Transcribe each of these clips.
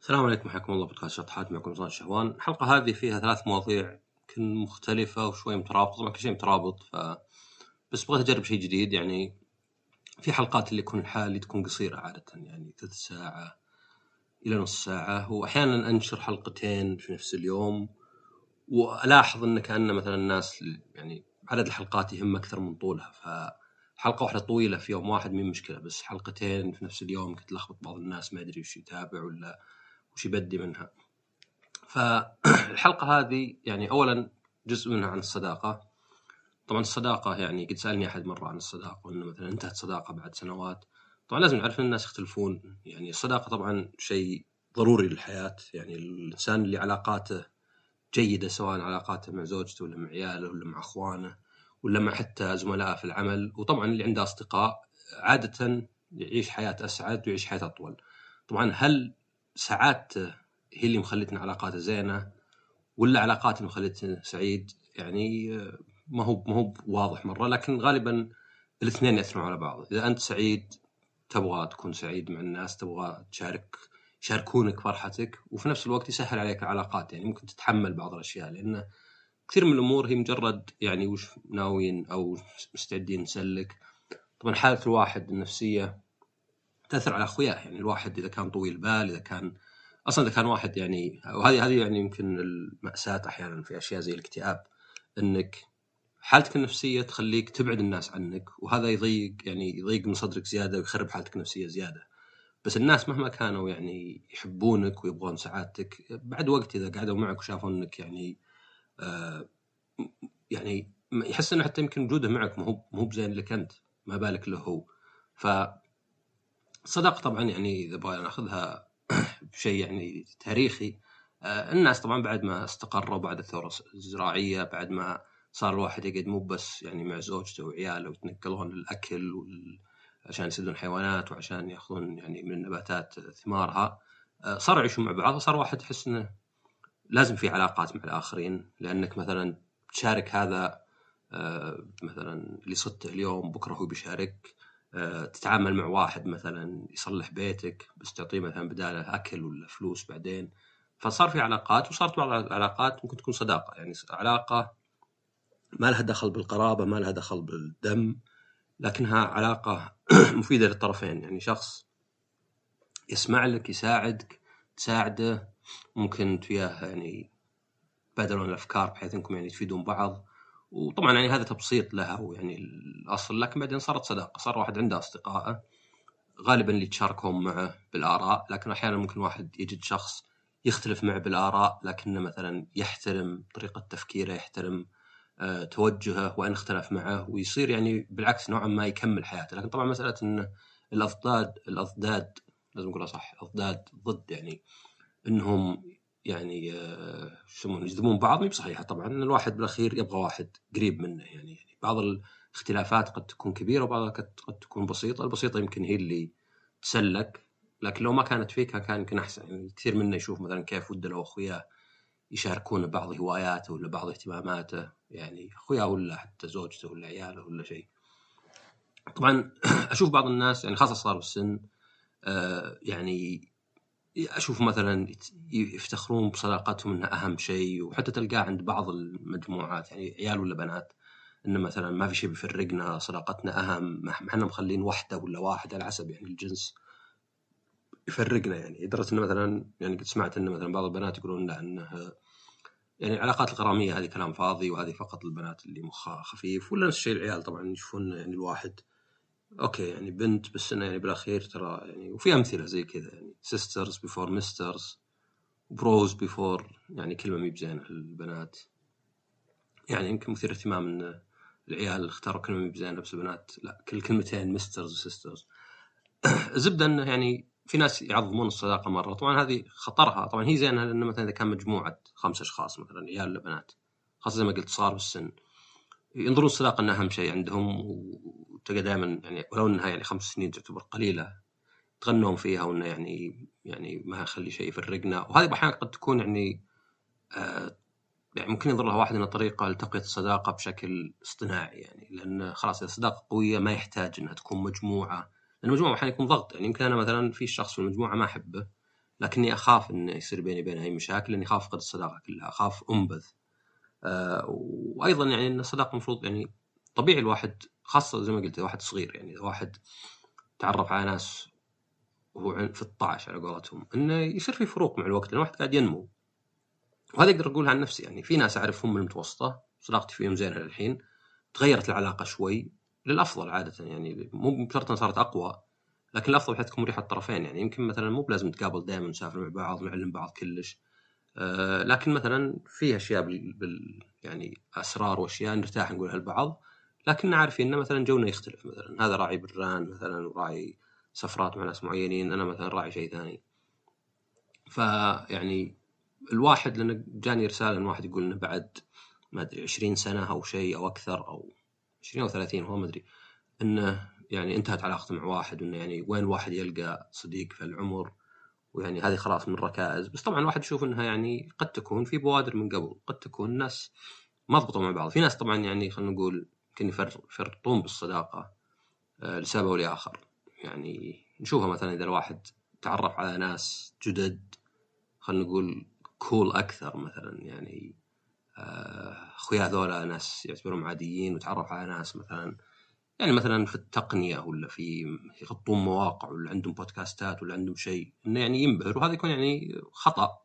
السلام عليكم، حياكم الله بودكاست شطحات. معكم رمضان الشهوان. الحلقة هذه فيها 3 مواضيع يمكن مختلفة وشوي مترابطة، طبعا كل شيء مترابط بس بغيت أجرب شيء جديد. يعني في حلقات اللي يكون الحالي تكون قصيرة عادة، يعني 3 ساعة إلى نص ساعة، وأحيانا أنشر حلقتين في نفس اليوم. وألاحظ أن كأن مثلا الناس يعني عدد الحلقات يهم أكثر من طولها، فحلقة واحدة طويلة في يوم واحد مين مشكلة، بس حلقتين في نفس اليوم كنت لخبط بعض الناس، ما أدري وش يتابع ولا وش يبدي منها. فالحلقة هذه يعني أولا جزء منها عن الصداقة. طبعا الصداقة يعني قد سألني أحد مرة عن الصداقة، وأنه مثلا انتهت صداقة بعد سنوات. طبعا لازم نعرف أن الناس يختلفون. يعني الصداقة طبعا شيء ضروري للحياة. يعني الإنسان اللي علاقاته جيدة، سواء علاقاته مع زوجته ولا مع عياله ولا مع أخوانه ولا مع حتى زملائه في العمل، وطبعا اللي عنده أصدقاء، عادة يعيش حياة أسعد ويعيش حياة أطول. طبعا هل سعادته هي اللي مخلتنا علاقاته زينة ولا علاقات مخلتنا سعيد؟ يعني ما هو واضح مرة، لكن غالبا الاثنين يأثرون على بعض. إذا أنت سعيد تبغى تكون سعيد مع الناس، تبغى يشاركونك فرحتك، وفي نفس الوقت يسهل عليك العلاقات. يعني ممكن تتحمل بعض الأشياء، لأن كثير من الأمور هي مجرد يعني وش ناويين أو مستعدين نسلك. طبعا حالة الواحد النفسية تأثر على أخوياه. يعني الواحد إذا كان طويل بال، إذا كان واحد يعني، وهذه يعني يمكن المأساة أحيانا في أشياء زي الاكتئاب، أنك حالتك النفسية تخليك تبعد الناس عنك، وهذا يضيق من صدرك زيادة ويخرب حالتك النفسية زيادة. بس الناس مهما كانوا يعني يحبونك ويبغون سعادتك، بعد وقت إذا قعدوا معك وشافوا أنك آه يعني يحس أنه حتى يمكن وجوده معك مو بزين لك أنت، ما بالك له هو. فالصداقة طبعا يعني إذا بغينا ناخذها بشيء يعني تاريخي، الناس طبعا بعد ما استقروا بعد الثورة الزراعية، بعد ما صار الواحد يقعد مو بس يعني مع زوجته وعياله ويتنقلون الأكل عشان يسدون حيوانات وعشان يأخذون يعني من النباتات ثمارها، صاروا يعيشون مع بعض. صار واحد يحس إنه لازم في علاقات مع الآخرين، لأنك مثلا تشارك هذا، مثلا اللي صدته اليوم بكرة هو بيشارك. تتعامل مع واحد مثلا يصلح بيتك، بس تعطيه مثلا بداله أكل ولا فلوس بعدين. فصار في علاقات، وصارت بعض العلاقات ممكن تكون صداقة. يعني علاقة ما لها دخل بالقرابة، ما لها دخل بالدم، لكنها علاقة مفيدة للطرفين. يعني شخص يسمع لك، يساعدك، تساعده، ممكن وياه يعني تبادلون الأفكار بحيث أنكم يعني تفيدون بعض. وطبعا يعني هذا تبسيط لها ويعني الأصل، لكن بعدين صارت صداقة. صار واحد عنده أصدقائه غالبا اللي تشاركهم معه بالآراء، لكن أحيانا ممكن واحد يجد شخص يختلف معه بالآراء، لكنه مثلا يحترم طريقة تفكيره، يحترم توجهه وإن اختلف معه، ويصير يعني بالعكس نوعا ما يكمل حياته. لكن طبعا مسألة أن الأضداد لازم نقولها صح، الأضداد ضد يعني انهم يعني يجذبون بعض، مي بصحيحه. طبعا الواحد بالاخير يبغى واحد قريب منه. يعني بعض الاختلافات قد تكون كبيره وبعضها قد تكون بسيطه. البسيطه يمكن هي اللي تسلك، لكن لو ما كانت فيك كان يمكن احسن. يعني كثير منا يشوف مثلا كيف وده لو اخوياه يشاركون بعض هواياته ولا بعض اهتماماته، يعني اخوياه ولا حتى زوجته ولا عياله ولا شيء. طبعا اشوف بعض الناس يعني خاصه صار بالسن، يعني أشوف مثلا يفتخرون بصداقتهم إنها أهم شيء، وحتى تلقاه عند بعض المجموعات يعني عيال ولا بنات، إنه مثلا ما في شيء بيفرقنا، صداقتنا أهم، ما إحنا مخلين واحدة ولا واحد على حسب يعني الجنس يفرقنا. يعني لدرجة إنه مثلا يعني قد سمعت إنه مثلا بعض البنات يقولون لا، إنه يعني العلاقات الغرامية هذه كلام فاضي، وهذه فقط البنات اللي مخها خفيف. ولا نفس الشيء العيال طبعا يشوفون يعني الواحد اوكي يعني بنت، بس انه يعني بالاخير ترى يعني، وفي امثله زي كذا يعني sisters before misters، بروز بيفور، يعني كلمة مي بزينة للبنات. يعني يمكن مثير اهتمام ان العيال اختاروا كلمة مي بزينة، بس البنات لا، كل كلمتين مسترز وسيسترز. زبدة انه يعني في ناس يعظمون الصداقة مرة. طبعا هذه خطرها، طبعا هي زينة لأنه مثلا إذا كان مجموعة 5 أشخاص مثلا عيال ولا بنات، خاصة زي ما قلت صار بالسن، ينظرون الصداقة أنها أهم شيء عندهم. وتلقى دائما يعني ولو أنها يعني 5 سنين تعتبر قليلة، تغنون فيها وأنه يعني ما يخلي شيء يفرقنا. وهذه أحيانا قد تكون يعني يعني ممكن ينظر لها واحد أنها طريقة لتقوية الصداقة بشكل اصطناعي. يعني لأن خلاص الصداقة قوية ما يحتاج أنها تكون مجموعة، لأن المجموعة أحيانا يكون ضغط. يعني يمكن أنا مثلا في شخص في المجموعة ما أحبه، لكني أخاف إنه يصير بيني وبينها أي مشاكل، لأني أخاف أفقد الصداقة كلها، أخاف أنبذ. وأيضا يعني إن الصداقة المفروض يعني طبيعي الواحد، خاصة زي ما قلت واحد صغير، يعني واحد تعرف على ناس وهو في 12 على قولتهم، إنه يصير في فروق مع الوقت، لأن الواحد قاعد ينمو. وهذا أقدر أقولها عن نفسي، يعني في ناس أعرفهم من المتوسطة صداقتي فيهم زينة للحين، تغيرت العلاقة شوي للأفضل عادة، يعني مو بشرط أنها صارت أقوى، لكن الأفضل بحيث تكون مريحة الطرفين. يعني يمكن مثلا مو بلازم نتقابل دائما نسافر مع بعض نعلم بعض كلش، لكن مثلا في أشياء يعني أسرار وأشياء نرتاح نقولها لبعض، لكن عارفين إن مثلا جونا يختلف، مثلا هذا راعي بران مثلا وراعي سفرات مع ناس معينين، أنا مثلا راعي شيء ثاني. فيعني الواحد، لأن جاني رسالة من واحد يقول إنه بعد ما أدري 20 سنة أو شيء أو أكثر، أو 20 أو 30 هو ما أدري، إنه يعني انتهت علاقته مع واحد، وإنه يعني وين الواحد يلقى صديق في العمر، ويعني هذه خلاص من الركائز. بس طبعا الواحد يشوف إنها يعني قد تكون في بوادر من قبل، قد تكون الناس ما ضبطوا مع بعض. في ناس طبعا يعني خلينا نقول يمكن يفرطون بالصداقة لسبب أو لآخر. يعني نشوفها مثلا إذا الواحد تعرف على ناس جدد خلينا نقول كول أكثر مثلا، يعني أخويا ذولا ناس يعتبرون عاديين، وتعرف على ناس مثلا يعني مثلا في التقنية ولا في يغطون مواقع ولا عندهم بودكاستات ولا عندهم شيء، إنه يعني ينبهر، وهذا يكون يعني خطأ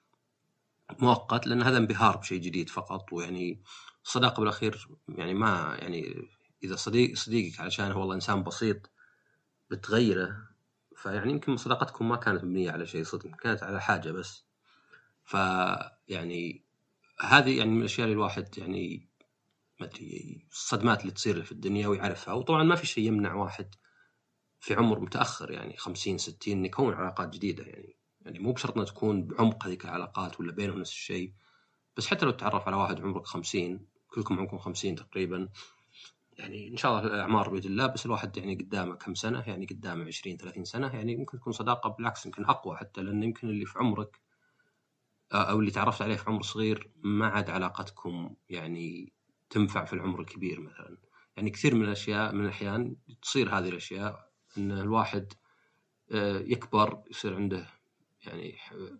مؤقت، لأن هذا انبهار بشيء جديد فقط. ويعني الصداقة بالأخير يعني ما يعني إذا صديقك علشان هو والله إنسان بسيط بتغيره، فيعني يمكن صداقتكم ما كانت مبنية على شيء صدق، كانت على حاجة بس. فيعني هذه يعني من الأشياء اللي الواحد يعني ما أدري الصدمات اللي تصير في الدنيا ويعرفها. وطبعا ما في شيء يمنع واحد في عمر متأخر يعني 50 60 يكون علاقات جديدة، يعني مو بشرط أن تكون بعمق هذيك العلاقات ولا بينهم نفس الشيء، بس حتى لو تعرف على واحد عمرك 50، كلكم عمركم 50 تقريبا، يعني إن شاء الله الأعمار بيد الله، بس الواحد يعني قدامه كم سنة، يعني قدامه 20 30 سنة، يعني ممكن تكون صداقة بالعكس يمكن أقوى حتى، لأن يمكن اللي في عمرك أو اللي تعرفت عليه في عمر صغير ما عاد علاقتكم يعني تنفع في العمر الكبير مثلا. يعني كثير من الأشياء من الأحيان تصير هذه الأشياء، أن الواحد يكبر يصير عنده يعني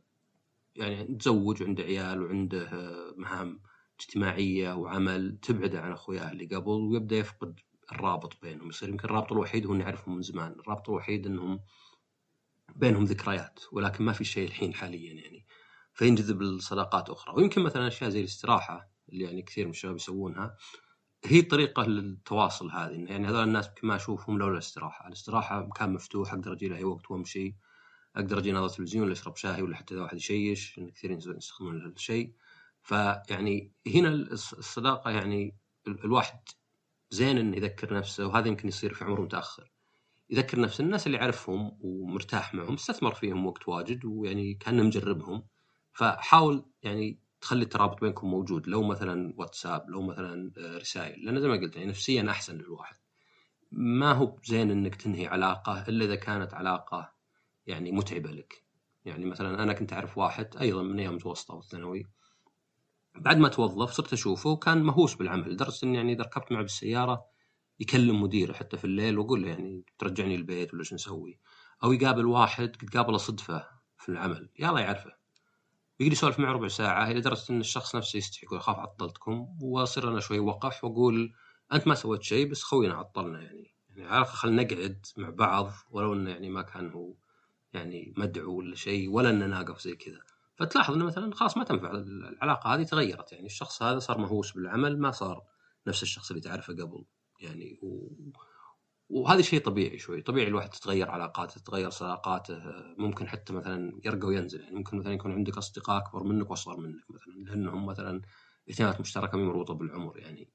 يتزوج وعنده عيال وعنده مهام اجتماعية وعمل تبعده عن أخوياه اللي قبل، ويبدأ يفقد الرابط بينهم. يصير يمكن الرابط الوحيد هو نعرفهم من زمان، الرابط الوحيد أنهم بينهم ذكريات، ولكن ما في شيء الحين حاليا يعني، فينجذب الصداقات أخرى. ويمكن مثلا أشياء زي الاستراحة اللي يعني كثير من الشباب يسوونها، هي طريقة للتواصل هذه. يعني هذول الناس ما أشوفهم لولا الاستراحة مكان مفتوح، أقدر أجي له أي وقت وأمشي، أقدر أجي ناظر تلفزيون ولا أشرب شاي، ولا حتى إذا واحد يشيش، إن كثيرين يستخدمون هذا الشيء. فيعني هنا الصداقة يعني الواحد زين إنه يذكر نفسه، وهذا يمكن يصير في عمر متأخر، يذكر نفسه الناس اللي يعرفهم ومرتاح معهم استثمر فيهم وقت واجد، ويعني كأنه مجربهم. فحاول يعني تخلي الترابط بينكم موجود، لو مثلا واتساب، لو مثلا رسائل، لأن زي ما قلت يعني نفسيا أحسن للواحد. ما هو زين إنك تنهي علاقة إلا إذا كانت علاقة يعني متعبة لك. يعني مثلا أنا كنت أعرف واحد أيضا من أيام المتوسطة والثانوي، بعد ما توظف صرت أشوفه وكان مهووس بالعمل، لدرجة إني يعني إذا ركبت معه بالسيارة يكلم مديره حتى في الليل وأقول له يعني ترجعني البيت ولا شو نسوي. أو يقابل واحد قد قابله صدفة في العمل يلا يعرفه، يقدر يسولف معه ربع ساعة، إلى درجة إن الشخص نفسه يستحي يقول أخاف عطلتكم، وأصير أنا شوي وقح وأقول أنت ما سويت شيء بس خوينا عطلنا، يعني على الأقل خلينا نقعد مع بعض، ولو إنه يعني ما كان هو يعني مدعو ولا شيء، ولا إنه ناقف زي كذا. فتلاحظ إنه مثلا خلاص ما تنفع العلاقة هذه، تغيرت، يعني الشخص هذا صار مهووس بالعمل، ما صار نفس الشخص اللي تعرفه قبل. يعني وهذا شيء طبيعي، شوي طبيعي الواحد تتغير علاقاته، تتغير صداقاته، ممكن حتى مثلا يرقى وينزل. يعني ممكن مثلا يكون عندك أصدقاء أكبر منك وأصغر منك مثلا، لأنهم مثلا اهتمامات مشتركة مربوطة بالعمر يعني.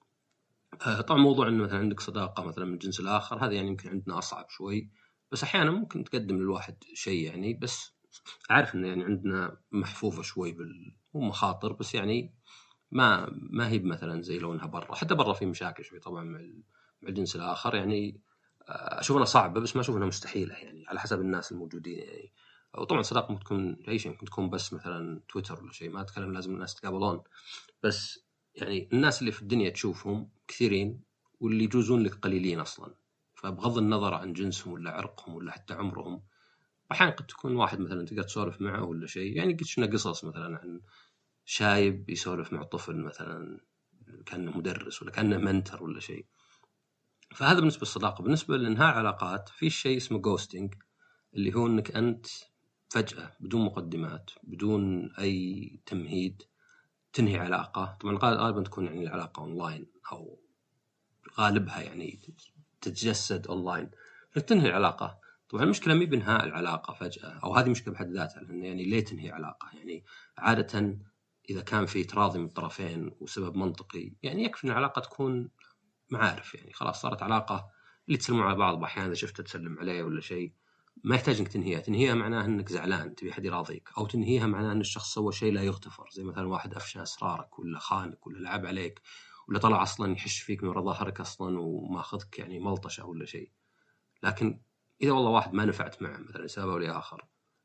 طبعا موضوع إنه مثلا عندك صداقة مثلا من الجنس الآخر، هذا يعني يمكن عندنا أصعب شوي، بس أحيانا ممكن تقدم للواحد شيء يعني. بس عارف إنه يعني عندنا محفوفة شوي بالمخاطر، بس يعني ما هي مثلا زي لو انها برا، حتى برا في مشاكل شوي طبعا مع الجنس الاخر يعني. اشوف انها صعبه بس ما اشوف انها مستحيله، يعني على حسب الناس الموجودين يعني. وطبعا الصداقه ممكن تكون اي شيء، ممكن تكون بس مثلا تويتر ولا شيء، ما اتكلم لازم الناس يتقابلون. بس يعني الناس اللي في الدنيا تشوفهم كثيرين، واللي يجوزون لك قليلين اصلا. فبغض النظر عن جنسهم ولا عرقهم ولا حتى عمرهم، أحيانا قد تكون واحد مثلا تقدر تسولف معه ولا شيء، يعني قد شفنا قصص مثلا عن شايب يسولف مع طفل مثلا كأنه مدرس ولا كأنه منتر ولا شيء. فهذا بالنسبة للصداقة. بالنسبة لإنهاء علاقات في شيء اسمه غوستنج، اللي هو إنك أنت فجأة بدون مقدمات بدون أي تمهيد تنهي علاقة. طبعا غالبا تكون يعني العلاقة أونلاين أو غالبها يعني تتجسد أونلاين، تنهي العلاقة. طبعا المشكلة مي بإنهاء العلاقة فجأة، أو هذه مشكلة بحد ذاتها، لأن يعني ليه تنهي علاقة؟ يعني عادة إذا كان في تراضي من الطرفين وسبب منطقي، يعني يكفي أن العلاقة تكون معارف، يعني خلاص صارت علاقة اللي تسلمون على بعض أحيانا إذا شفته تسلم عليه ولا شيء، ما يحتاج إنك تنهيها. تنهيها معناه إنك زعلان تبي أحد يراضيك، أو تنهيها معناه إن الشخص سوى شيء لا يغتفر، زي مثلا واحد أفشى أسرارك ولا خانك ولا لعب عليك ولا طلع أصلا يحش فيك من وراء ظهرك أصلا وماخذك يعني ملطشة ولا شيء. لكن إذا والله واحد ما نفعت معه مثلا لسبب أو لآخر،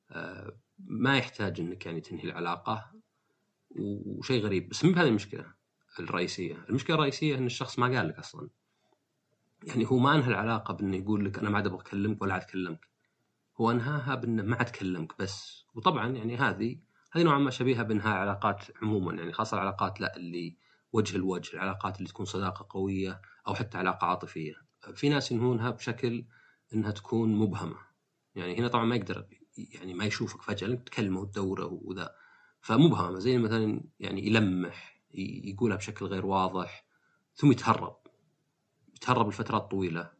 ما يحتاج إنك يعني تنهي العلاقة. وشيء غريب، بس مو بهذه المشكلة الرئيسية. المشكلة الرئيسية إن الشخص ما قال لك أصلا، يعني هو ما أنهى العلاقة بأنه يقول لك أنا ما عاد أبغى أكلمك ولا عاد أكلمك، هو أنهاها بأنه ما عاد أكلمك بس. وطبعا يعني هذه نوعا ما شبيهة بإنهاء علاقات عموما، يعني خاصة العلاقات لا اللي وجه الوجه، العلاقات اللي تكون صداقة قوية أو حتى علاقة عاطفية. في ناس ينهونها بشكل إنها تكون مبهمة، يعني هنا طبعا ما يقدر يعني ما يشوفك فجأة تكلمه وتدوره وذا، فمبهمة زي مثلا يعني يلمح يقولها بشكل غير واضح ثم يتهرب لفترات طويلة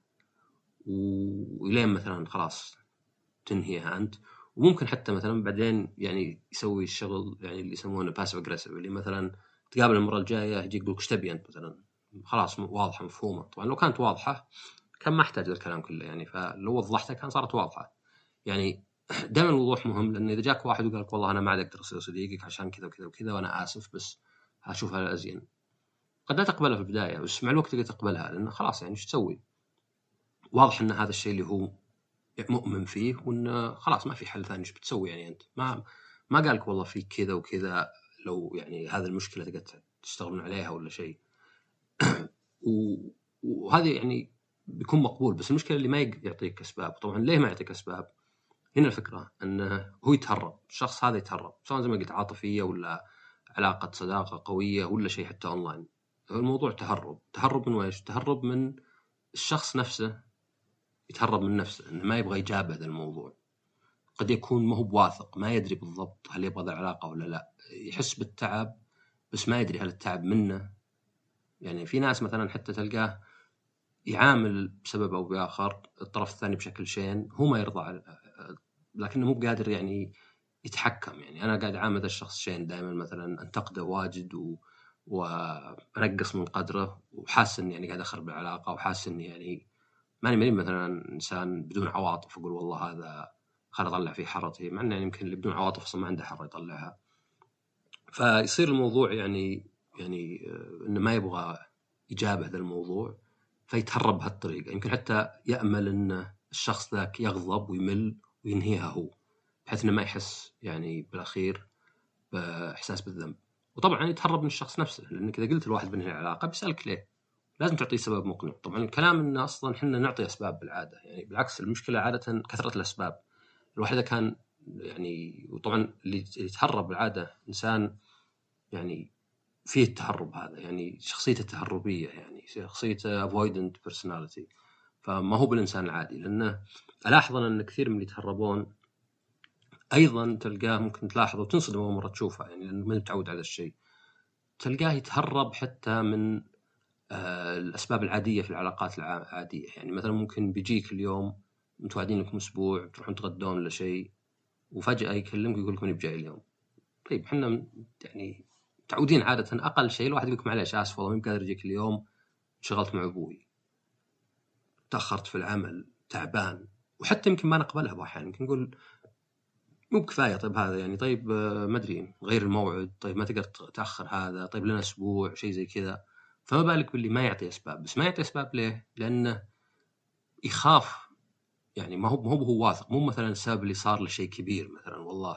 وإلين مثلا خلاص تنهيها أنت. وممكن حتى مثلا بعدين يعني يسوي الشغل يعني اللي يسمونه باسف اجريسيف، اللي مثلا تقابل المرة الجاية يجي يقولك ايش تبي أنت مثلا، خلاص واضحة مفهومة. طبعا لو كانت واضحة كان ما احتاج الكلام كله يعني، فلو وضحتها كان صارت واضحة. يعني دائما الوضوح مهم، لأن إذا جاك واحد وقال لك والله أنا ما عاد أقدر أصير صديقك عشان كذا وكذا وكذا وأنا آسف بس هشوفها الأزين، قد لا تقبلها في البداية بس مع الوقت تقدر تقبلها، لأنه خلاص يعني ايش تسوي؟ واضح أن هذا الشيء اللي هو مؤمن فيه، وإنه خلاص ما في حل ثاني. ايش بتسوي يعني أنت؟ ما قالك والله في كذا وكذا، لو يعني هذه المشكلة تقدر تشتغلون عليها ولا شيء. وهذه يعني بيكون مقبول. بس المشكلة اللي ما يعطيك أسباب. طبعا ليه ما يعطيك أسباب؟ هنا الفكرة أنه هو يتهرب، الشخص هذا يتهرب، سواء زي ما قلت عاطفية ولا علاقة صداقة قوية ولا شيء حتى أونلاين. الموضوع تهرب من ويش؟ تهرب من الشخص نفسه، يتهرب من نفسه، انه ما يبغى يجابه ذا الموضوع. قد يكون ما هو بواثق، ما يدري بالضبط هل يبغى ذا العلاقة ولا لا، يحس بالتعب بس ما يدري هل التعب منه. يعني في ناس مثلا حتى تلقاه يعامل بسبب او باخر الطرف الثاني بشكل شين هو ما يرضى، لكنه مو بقادر يعني يتحكم. يعني انا قاعد اعامل ذا الشخص شين دائما، مثلا انتقده واجد وانقص من قدره، وحاسس اني يعني قاعد اخرب العلاقه، وحاسس اني يعني ماني مثلا انسان بدون عواطف اقول والله هذا خل اطلع فيه حرتي، مع انه يعني يمكن اللي بدون عواطف اصلا ما عنده حره يطلعها. فيصير الموضوع يعني انه ما يبغى يجابه ذا الموضوع، فيتهرب بهالطريقه. يمكن حتى يامل ان الشخص ذاك يغضب ويمل وينهيها هو، بحيث انه ما يحس يعني بالاخير باحساس بالذنب. وطبعا يتهرب من الشخص نفسه، لانك اذا قلت الواحد بينهي العلاقه بيسالك ليه، لازم تعطيه سبب مقنع. طبعا الكلام انه اصلا احنا نعطي اسباب بالعاده، يعني بالعكس المشكله عاده كثره الاسباب. الواحد إذا كان يعني، وطبعا اللي يتهرب بالعاده انسان يعني فيه التهرب هذا، يعني شخصيته تهربيه، يعني شخصيته avoidant personality، فما هو بالانسان العادي. لانه الاحظ ان كثير من اللي يتهربون ايضا تلقاه ممكن تلاحظه وتنصدم اول مره تشوفه، يعني لانه ما متعود على الشيء، تلقاه يتهرب حتى من الأسباب العادية في العلاقات العادية. يعني مثلا ممكن بيجيك اليوم متواعدين لكم أسبوع تروحون تغدون ولا شيء، وفجأة يكلمك يقول لك ماني بجاي اليوم. طيب احنا يعني متعودين عادة أقل شيء الواحد يقول لك معليش آسف والله ماني قادر أجيك اليوم، انشغلت مع أبوي، تأخرت في العمل، تعبان. وحتى يمكن ما نقبلها بأحيان، يمكن نقول مو بكفاية. طيب هذا يعني طيب ما أدري غير الموعد، طيب ما تقدر تأخر هذا، طيب لنا أسبوع شيء زي كذا. فما بالك باللي ما يعطي أسباب. بس ما يعطي أسباب ليه؟ لأنه يخاف. يعني ما هو واثق، مو مثلا السبب اللي صار له شيء كبير، مثلا والله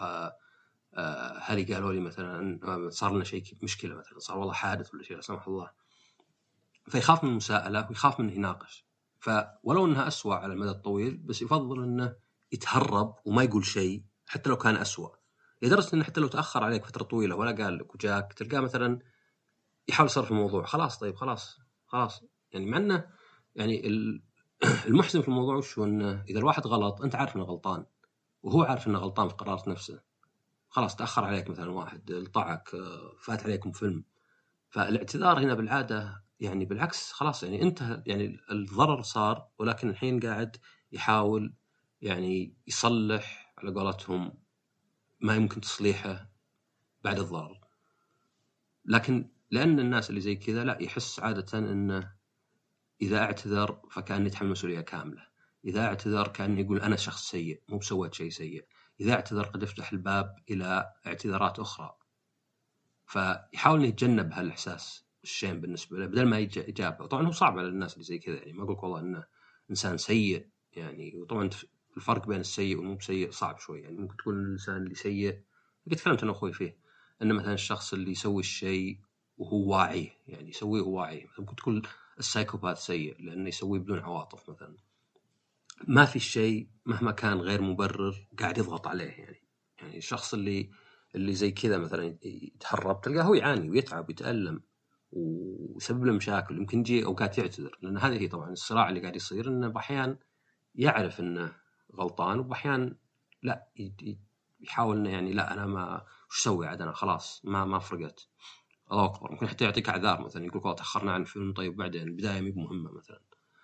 هذه قالوا لي مثلا صار لنا شيء مشكلة، مثلا صار والله حادث ولا شيء لا سمح الله، فيخاف من المساءلة ويخاف من يناقش. فولو انها أسوأ على المدى الطويل، بس يفضل انه يتهرب وما يقول شيء حتى لو كان أسوأ، لدرجة إنه حتى لو تأخر عليك فترة طويلة ولا قال لك وجاك تلقاه مثلا يحاول يصرف الموضوع، خلاص طيب خلاص يعني مع إنه يعني المحزن في الموضوع وش هو؟ إنه إذا الواحد غلط أنت عارف إنه غلطان وهو عارف إنه غلطان في قرارة نفسه، خلاص تأخر عليك مثلا واحد لطعك، فات عليكم فيلم، فالاعتذار هنا بالعادة يعني بالعكس خلاص يعني انتهى، يعني الضرر صار ولكن الحين قاعد يحاول يعني يصلح على قولتهم ما يمكن تصليحه بعد الضرر. لكن لأن الناس اللي زي كذا لا يحس عادة أنه إذا اعتذر فكان يتحمل مسؤولية كاملة، إذا اعتذر كان يقول أنا شخص سيء مو بسويت شيء سيء، إذا اعتذر قد يفتح الباب إلى اعتذارات أخرى، فيحاول انه يتجنب هالإحساس الشين بالنسبة له بدل ما يجابه. طبعا هو صعب على الناس اللي زي كذا، يعني ما أقولك والله إنه إنسان سيء يعني، وطبعا الفرق بين السيء والمو بسيء صعب شوي، يعني ممكن تقول الإنسان اللي سيء قد فهمت أنا أخوي فيه، إنه مثلا الشخص اللي يسوي الشيء وهو واعي، يعني يسويه وهو واعي، ممكن تقول السايكوباث سيء لأنه يسويه بدون عواطف مثلا، ما في شيء مهما كان غير مبرر قاعد يضغط عليه يعني الشخص اللي زي كذا مثلا يتهرب تلقاه هو يعاني ويتعب ويتألم ويسبب له مشاكل، يمكن يجي أوقات يعتذر، لأن هذه هي طبعا الصراع اللي قاعد يصير، إنه بأحيان يعرف إنه غلطان وبأحيان لا يحاول إنه يعني لا أنا ما وش سوي عاد، أنا خلاص ما فرقت، الله أكبر، ممكن حتى يعطيك أعذار مثلا يقول والله تأخرنا عن الفيلم، طيب بعدين البداية مي مهمة مثلا.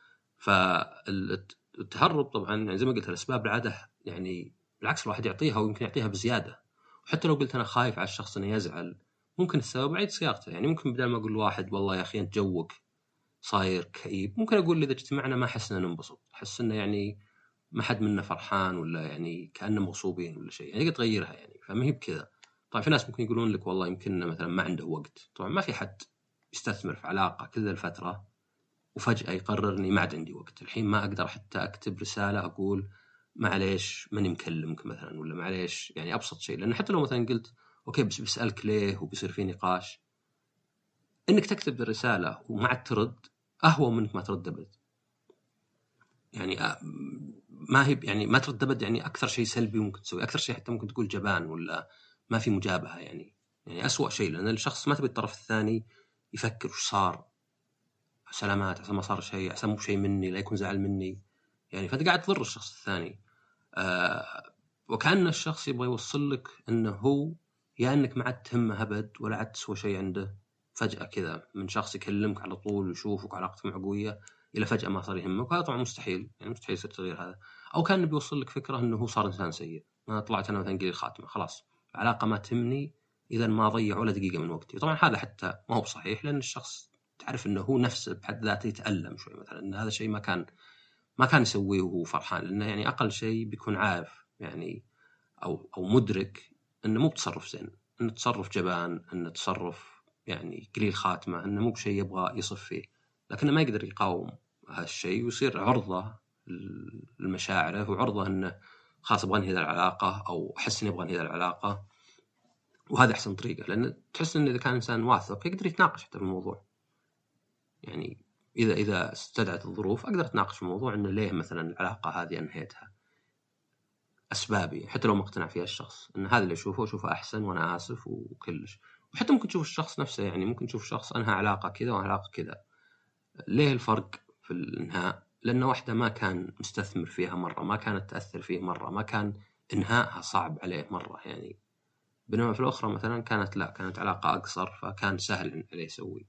فالتهرب طبعا يعني زي ما قلت الأسباب العادة يعني بالعكس الواحد يعطيها ويمكن يعطيها بزيادة، وحتى لو قلت أنا خايف على الشخص إنه يزعل ممكن السبب عيد صياغته، يعني ممكن بدل ما أقول لواحد والله يا أخي أنت جوك صاير كئيب، ممكن أقول إذا اجتمعنا ما حسنا ننبسط، حس إنه يعني ما حد منا فرحان ولا يعني كأننا مغصوبين ولا شيء، يعني تغيرها يعني، فما هي بكذا. طبعا في ناس ممكن يقولون لك والله يمكن مثلا ما عنده وقت، طبعا ما في حد يستثمر في علاقة كذا الفترة وفجأة يقرر إني ما عاد عندي وقت، الحين ما أقدر حتى أكتب رسالة أقول معليش ماني مكلمك مثلا، ولا معليش يعني أبسط شيء، لأن حتى لو مثلا قلت أوكي بس بسألك ليه وبيصير في نقاش، إنك تكتب الرسالة وما عاد ترد أهون منك ما ترد أبد، يعني ما هي يعني ما ترد أبد، يعني أكثر شيء سلبي ممكن تسوي، أكثر شيء حتى ممكن تقول جبان ولا ما في مجابهة، يعني أسوأ شيء، لأن الشخص ما تبي الطرف الثاني يفكر وش صار، سلامات عشان ما صار شيء، عشان مو شيء مني لا يكون زعل مني، يعني فأنت قاعد تضر الشخص الثاني. وكأن الشخص يبغى يوصل لك أنه هو يا أنك ما عاد تهمه أبد ولا عاد تسوى شيء عنده، فجأة كذا من شخص يكلمك على طول ويشوفك وعلاقتك معه قوية إلى فجأة ما صار يهمك، وهذا طبعا مستحيل، يعني مستحيل يصير تغيير هذا. أو كان بيوصل لك فكرة أنه هو صار إنسان سيء، أنا طلعت أنا مثلا قليل خاتمة خلاص علاقة ما تهمني إذا ما ضيع ولا دقيقة من وقتي، طبعا هذا حتى ما هو بصحيح، لأن الشخص تعرف أنه هو نفسه بحد ذاته يتألم شوي مثلا، أن هذا شيء ما كان يسويه وهو فرحان، لأنه يعني أقل شيء بيكون عارف يعني أو مدرك أنه مو بتصرف زين، أنه تصرف جبان، أنه تصرف يعني قليل خاتمة، أنه مو بشيء يبغى يصف فيه، لكنه ما يقدر يقاوم هالشيء ويصير عرضة لمشاعره وعرضة أنه خلاص أبغى أنهي العلاقة أو أحس إني أبغى أنهي العلاقة، وهذا أحسن طريقة، لأن تحس إنه إذا كان إنسان واثق يقدر يتناقش حتى في الموضوع، يعني إذا استدعت الظروف أقدر أتناقش في الموضوع إنه ليه مثلا العلاقة هذه أنهيتها، أسبابي حتى لو ما اقتنع فيها الشخص، إن هذا اللي أشوفه أحسن وأنا آسف وكلش. وحتى ممكن تشوف الشخص نفسه، يعني ممكن تشوف شخص أنهى علاقة كذا وعلاقة كذا، ليه الفرق في الإنهاء؟ لأن واحدة ما كان مستثمر فيها مرة، ما كانت تأثر فيه مرة، ما كان إنهاءها صعب عليه مرة يعني، بينما في الأخرى مثلا كانت لا، كانت علاقة أقصر فكان سهل عليه يسوي.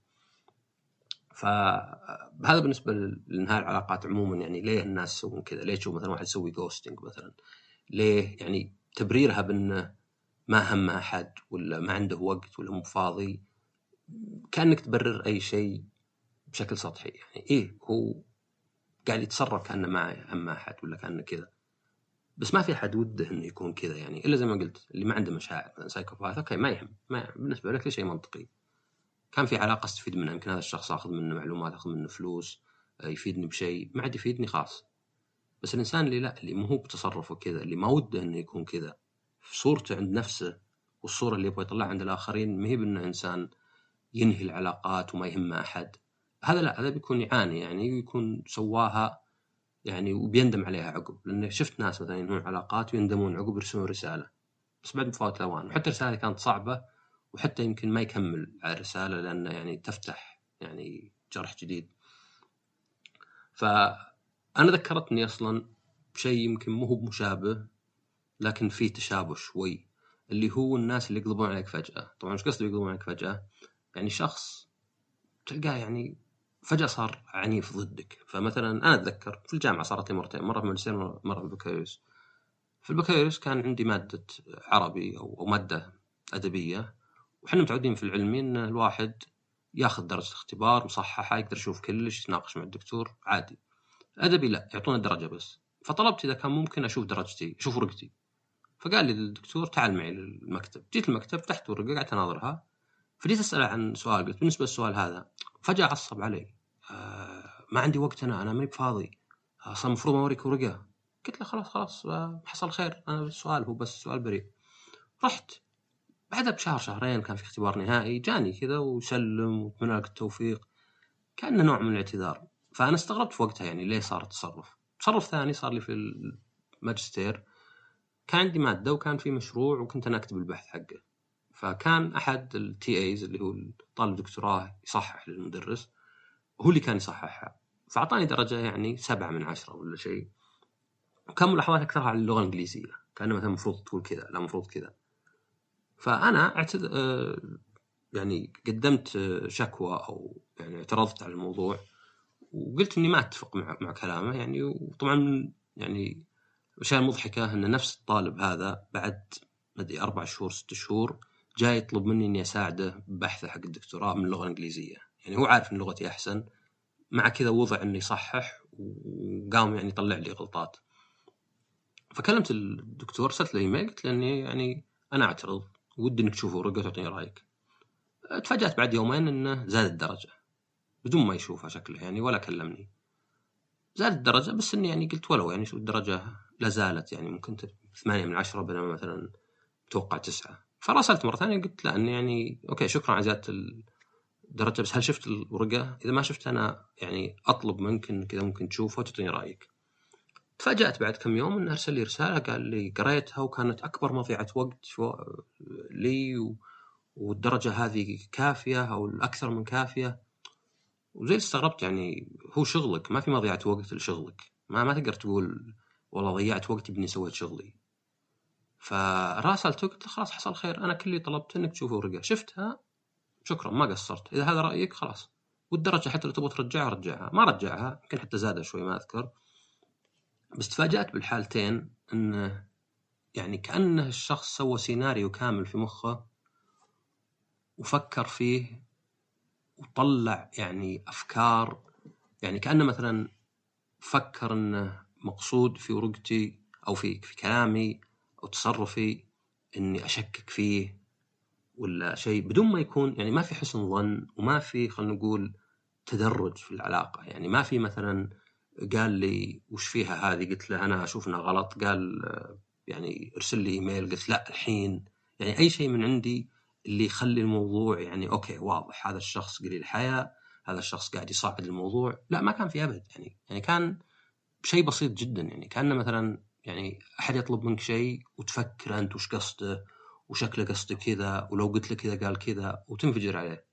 فهذا بالنسبة لإنهاء العلاقات عموما، يعني ليه الناس يسوون كذا؟ ليه تشوف مثلا واحد يسوي جوستنج مثلا، ليه يعني تبريرها بأنه ما هم أحد ولا ما عنده وقت ولا مو فاضي، كأنك تبرر أي شيء بشكل سطحي، يعني إيه هو قاعد يتصرف كأنه ما هم أحد ولا كأنه كذا، بس ما في أحد وده إنه يكون كذا يعني، إلا زي ما قلت اللي ما عنده مشاعر مثلا سايكوباث، أوكي ما يهم، ما بالنسبة لك شيء منطقي، كان في علاقة استفيد منها، يمكن هذا الشخص أخذ منه معلومات، أخذ منه فلوس، يفيدني بشيء، ما عاد يفيدني خلاص. بس الإنسان اللي لا، اللي مو بتصرفه كذا، اللي ما وده إنه يكون كذا في صورته عند نفسه والصورة اللي يبغى يطلعها عند الآخرين، ما هي بأنه إنسان ينهي العلاقات وما يهمه أحد، هذا لا، هذا بيكون يعاني يعني، ويكون سواها يعني وبيندم عليها عقب، لأن شفت ناس مثلا ينهون علاقات ويندمون عقب يرسلون رسالة بس بعد مفوت الأوان، وحتى الرسالة كانت صعبة، وحتى يمكن ما يكمل على الرسالة لأنه يعني تفتح يعني جرح جديد. فأنا ذكرتني أصلا بشيء يمكن مو مشابه لكن فيه تشابه شوي، اللي هو الناس اللي يقلبون عليك فجأة. طبعا مش قصدي يقلبون عليك فجأة، يعني شخص تلقاه يعني فجأة صار عنيف ضدك. فمثلا أنا أتذكر في الجامعة صارت لي مرتين، مرة في الماجستير مرة في البكالوريوس. في البكالوريوس كان عندي مادة عربي أو مادة أدبية، وحنا متعودين في العلمي إن الواحد ياخذ درجة اختبار مصححة يقدر يشوف كلش يتناقش مع الدكتور عادي. أدبي لا، يعطونا الدرجة بس. فطلبت إذا كان ممكن أشوف درجتي، أشوف ورقتي. فقال لي الدكتور تعال معي للمكتب. جيت المكتب تحت ورقة قعدت أناظرها، فجيت أسأله عن سؤال. قلت بالنسبة للسؤال هذا، فجأة عصب علي. ما عندي وقت، أنا ماني بفاضي، أصلا المفروض أوريك ورقة. قلت له خلاص حصل خير، أنا السؤال هو بس سؤال بريء. رحت بعدها بشهر شهرين كان في اختبار نهائي، جاني كذا وسلم واتمنى لك التوفيق، كأنه نوع من الاعتذار. فأنا استغربت في وقتها يعني ليه صار تصرف ثاني صار لي في الماجستير. كان عندي مادة وكان في مشروع وكنت أنا أكتب البحث حقه، فكان أحد التي ايز اللي هو طالب دكتوراه يصحح للمدرس، هو اللي كان يصححها. فأعطاني درجة يعني 7 من 10 ولا شيء، وكان ملاحظات أكثرها على اللغة الإنجليزية، كان مثلا المفروض تقول كذا لا المفروض كذا. فأنا يعني قدمت شكوى أو يعني اعترضت على الموضوع، وقلت إني ما أتفق مع كلامه يعني. وطبعا يعني الأشياء المضحكة أن نفس الطالب هذا بعد مدري 4 شهور 6 شهور جاي يطلب مني إني أساعده ببحثه حق الدكتوراه من اللغة الإنجليزية. يعني هو عارف إن لغتي أحسن، مع كذا وضع إني يصحح وقام يعني يطلع لي غلطات. فكلمت الدكتور، أرسلت له إيميل قلت له إني يعني أنا أعترض، ودي إنك تشوفه ورقة وتعطيني رأيك. تفاجأت بعد يومين إنه زاد الدرجة بدون ما يشوفها شكله يعني، ولا كلمني. زاد الدرجة بس إني يعني قلت ولو يعني شو الدرجة لا زالت يعني ممكن 8 من 10 بينما مثلا توقع 9. فراسلت مرة ثانية قلت لا إني يعني أوكي شكرا على زيادة الدرجة، بس هل شفت الورقة؟ إذا ما شفت أنا يعني أطلب منك إن كذا ممكن تشوفها وتعطيني رأيك. تفاجأت بعد كم يوم إنه أرسل لي رسالة قال لي قريتها وكانت أكبر مضيعة وقت لي، والدرجة هذه كافية أو الأكثر من كافية. وزي استغربت يعني هو شغلك، ما في مضيعة وقت لشغلك، ما تقدر تقول والله ضيعت وقتي بإني سويت شغلي. فراسلته قلت خلاص حصل خير، أنا كل اللي طلبت إنك تشوف ورقة، شفتها شكرا ما قصرت، إذا هذا رأيك خلاص. والدرجة حتى لو تبغى ترجعها رجعها، ما رجعها يمكن حتى زادها شوي ما أذكر. بس تفاجأت بالحالتين إنه يعني كأنه الشخص سوى سيناريو كامل في مخه وفكر فيه وطلع يعني أفكار، يعني كأنه مثلا فكر أنه مقصود في ورقتي أو في كلامي أو تصرفي أني أشكك فيه ولا شيء، بدون ما يكون يعني ما في حسن ظن وما في خلنا نقول تدرج في العلاقة. يعني ما في مثلا قال لي وش فيها هذه قلت له أنا أشوف أنها غلط، قال يعني ارسل لي إيميل قلت لا الحين، يعني أي شيء من عندي اللي يخلي الموضوع يعني أوكي واضح هذا الشخص قليل الحياة، هذا الشخص قاعد يصعد الموضوع. لا ما كان في أبد يعني كان شيء بسيط جدا، يعني كأنه مثلا يعني أحد يطلب منك شيء وتفكر أنت وش قصده وشكله قصده كذا، ولو قلت له كذا قال كذا وتنفجر عليه.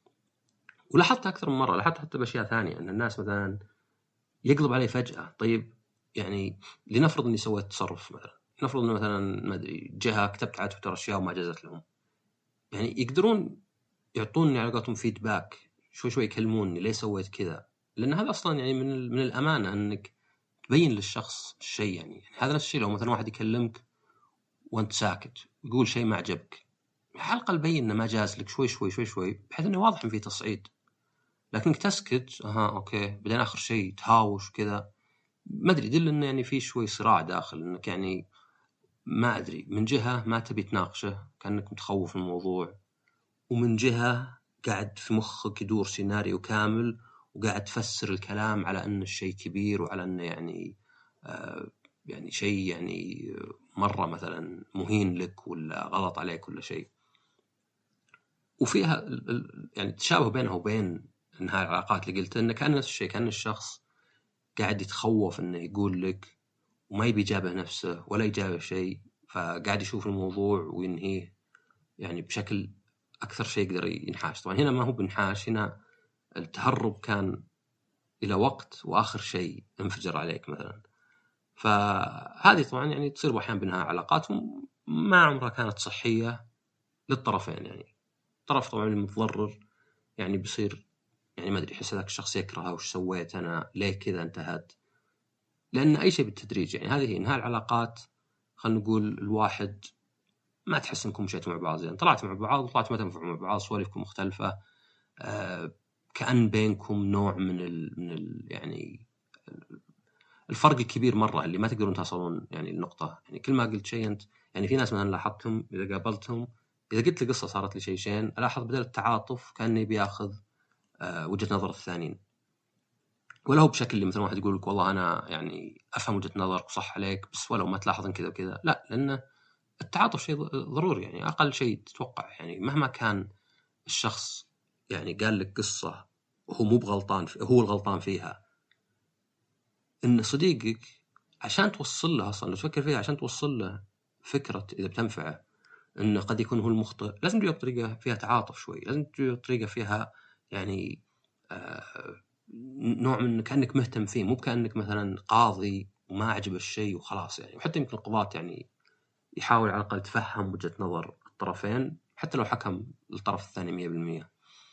ولاحظت أكثر من مرة، لاحظت حتى بأشياء ثانية أن الناس مثلا يقلب عليه فجأة. طيب يعني لنفرض أني سويت تصرف، مثلا نفرض أنه مثلا ما أدري جهة كتبت على تويتر أشياء وما جازت لهم، يعني يقدرون يعطوني على قولتهم فيدباك، شوي يكلموني ليه سويت كذا، لأن هذا أصلا يعني من الأمانة أنك تبين للشخص الشيء. يعني هذا نفس الشيء لو مثلا واحد يكلمك وأنت ساكت يقول شيء ما عجبك، على الأقل بين إنه ما جاز لك شوي بحيث إنه واضح إن في تصعيد. لكنك تسكت أوكي بعدين آخر شيء تهاوش وكذا، ما أدري يدل إنه يعني في شوي صراع داخل، إنك يعني ما أدري من جهة ما تبي تناقشه كأنك متخوف من الموضوع، ومن جهة قاعد في مخك يدور سيناريو كامل وقاعد تفسر الكلام على أن الشيء كبير وعلى أنه يعني يعني شيء يعني مرة مثلا مهين لك ولا غلط عليك ولا شيء. وفيها يعني تشابه بينها وبين إن هاي العلاقات اللي قلت إنه كان نفس الشيء، كان الشخص قاعد يتخوف إنه يقول لك وما يبي يجابه نفسه ولا يجابه شيء، فقاعد يشوف الموضوع وينهيه يعني بشكل أكثر شيء يقدر ينحاش. طبعا هنا ما هو بنحاش، هنا التهرب كان إلى وقت وآخر شيء انفجر عليك مثلا. فهذه طبعا يعني تصير بأحيان بينها علاقات ما عمرها كانت صحية للطرفين. يعني الطرف طبعا المتضرر يعني بيصير يعني ما أدري، يحس ذاك الشخص يكرهه، وش سويت أنا، ليه كذا انتهت؟ لأن أي شيء بالتدريج. يعني هذه إنهاء العلاقات، خلينا نقول الواحد ما تحس إنكم مشيتوا مع بعض، يعني طلعتوا مع بعض وطلعتوا ما تنفعوا مع بعض، سوالفكم مختلفة، كأن بينكم نوع من يعني الفرق الكبير مرة اللي ما تقدرون توصلون يعني النقطة. يعني كل ما قلت شيء أنت، يعني في ناس مثلا لاحظتهم إذا قابلتهم، إذا قلت لي قصة صارت لي شيئين، ألاحظ بدل التعاطف كأني بياخذ وجهة نظر الثانيين، ولا هو بشكل اللي مثلا واحد يقول لك والله أنا يعني أفهم وجهة نظرك وصح عليك، بس ولو ما تلاحظ كذا وكذا. لا، لأن التعاطف شيء ضروري، يعني أقل شيء تتوقع. يعني مهما كان الشخص يعني قال لك قصة وهو مو بغلطان هو الغلطان فيها، إن صديقك عشان توصل له أصلا، لو تفكر فيها، عشان توصل له فكرة إذا بتنفعه إنه قد يكون هو المخطئ، لازم تجي بطريقة فيها تعاطف شوي، لازم تجي بطريقة فيها يعني نوع من كأنك مهتم فيه، مو كأنك مثلا قاضي وما عجب الشيء وخلاص. يعني وحتى يمكن القضاة يعني يحاول على الأقل تفهم وجهة نظر الطرفين حتى لو حكم الطرف الثاني 100%.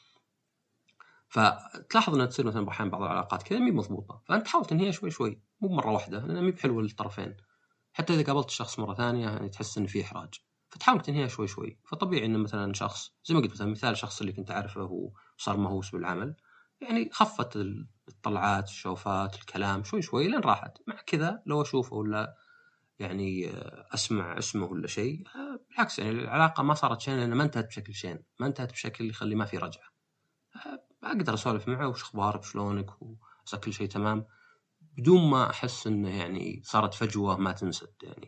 فتلاحظ انها تصير مثلا بأحيان بعض العلاقات كذا مي مضبوطه، فانت حاول تنهيها شوي شوي، مو مره واحده، لانها مي بحلوه للطرفين. حتى اذا قابلت الشخص مره ثانيه يعني تحس ان في احراج، فتحاول تنهيها شوي شوي. فطبيعي ان مثلا شخص زي ما قلت، مثلا مثال الشخص اللي كنت اعرفه وصار مهووس بالعمل، يعني خفت الطلعات، الشوفات، الكلام شوي شوي لين راحت. مع كذا لو اشوفه ولا يعني اسمع اسمه ولا شيء، بالعكس يعني العلاقه ما صارت شين، لان ما انتهت بشكل شين، ما انتهت بشكل يخلي ما في رجعه. أقدر أسولف معه وش أخبارك شلونك وعسى كل شيء تمام، بدون ما أحس إنه يعني صارت فجوة ما تنسد يعني.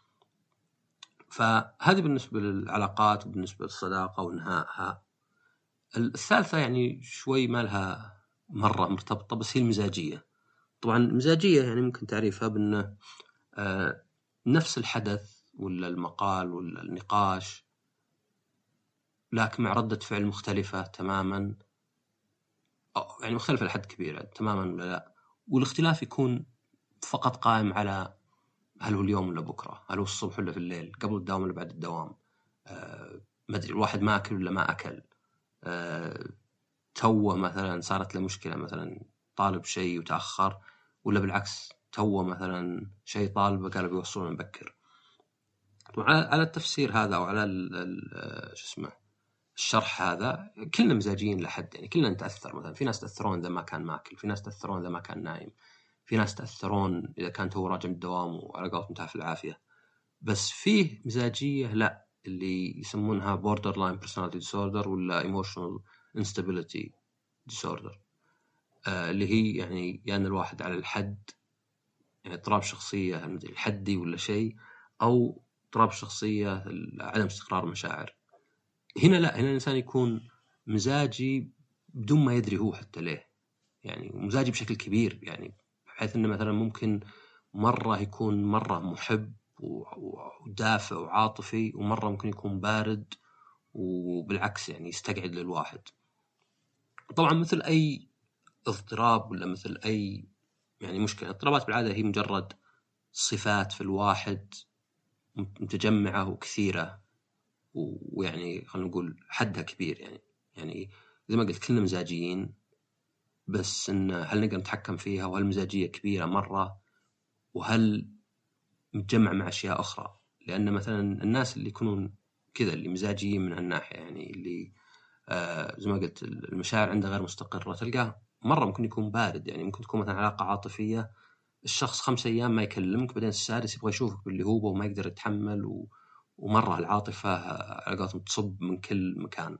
فهذه بالنسبة للعلاقات وبالنسبة للصداقة وإنهائها. الثالثة يعني شوي ما لها مرة مرتبطة، بس هي المزاجية. طبعا المزاجية يعني ممكن تعريفها بأنه نفس الحدث ولا المقال ولا النقاش، لكن مع ردة فعل مختلفة تماما، يعني مختلفة لحد كبير يعني تماما ولا لا. والاختلاف يكون فقط قائم على هل هو اليوم ولا بكرة، هل هو الصبح ولا في الليل، قبل الدوام ولا بعد الدوام، ما أدري الواحد ما أكل ولا ما أكل، توه مثلا صارت له مشكلة، مثلا طالب شيء وتأخر، ولا بالعكس توه مثلا شيء طالبه قالوا بيوصلون مبكر. وعلى التفسير هذا أو على شو اسمه الشرح هذا، كلنا مزاجيين لحد، يعني كلنا نتأثر. مثلا في ناس تأثرون إذا ما كان ماكل، في ناس تأثرون إذا ما كان نايم، في ناس تأثرون إذا كان هو راجع من الدوام وعلى قولتهم تعرف العافية. بس فيه مزاجية لا، اللي يسمونها borderline personality disorder ولا emotional instability disorder، اللي هي يعني الواحد على الحد، يعني اضطراب شخصية الحدي ولا شيء، أو اضطراب شخصية عدم استقرار مشاعر. هنا لا، هنا الإنسان يكون مزاجي بدون ما يدري هو حتى ليه، يعني مزاجي بشكل كبير، يعني بحيث إنه مثلا ممكن مرة يكون مرة محب ودافع وعاطفي، ومرة ممكن يكون بارد وبالعكس يعني يستقعد للواحد. طبعا مثل أي اضطراب ولا مثل أي يعني مشكلة، الاضطرابات بالعادة هي مجرد صفات في الواحد متجمعة وكثيرة، ويعني خلينا نقول حدها كبير. يعني زي ما قلت كلنا مزاجيين، بس إن هل نقدر نتحكم فيها، وهل المزاجية كبيرة مرة، وهل متجمع مع أشياء أخرى. لأن مثلا الناس اللي يكونون كذا اللي مزاجيين من هالناحية، يعني اللي زي ما قلت المشاعر عنده غير مستقرة، تلقاه مرة ممكن يكون بارد. يعني ممكن تكون مثلا علاقة عاطفية، الشخص 5 أيام ما يكلمك، بعدين السادس يبغى يشوفك باللي هو وما يقدر يتحمل، ومرة العاطفة على قولتهم تصب من كل مكان.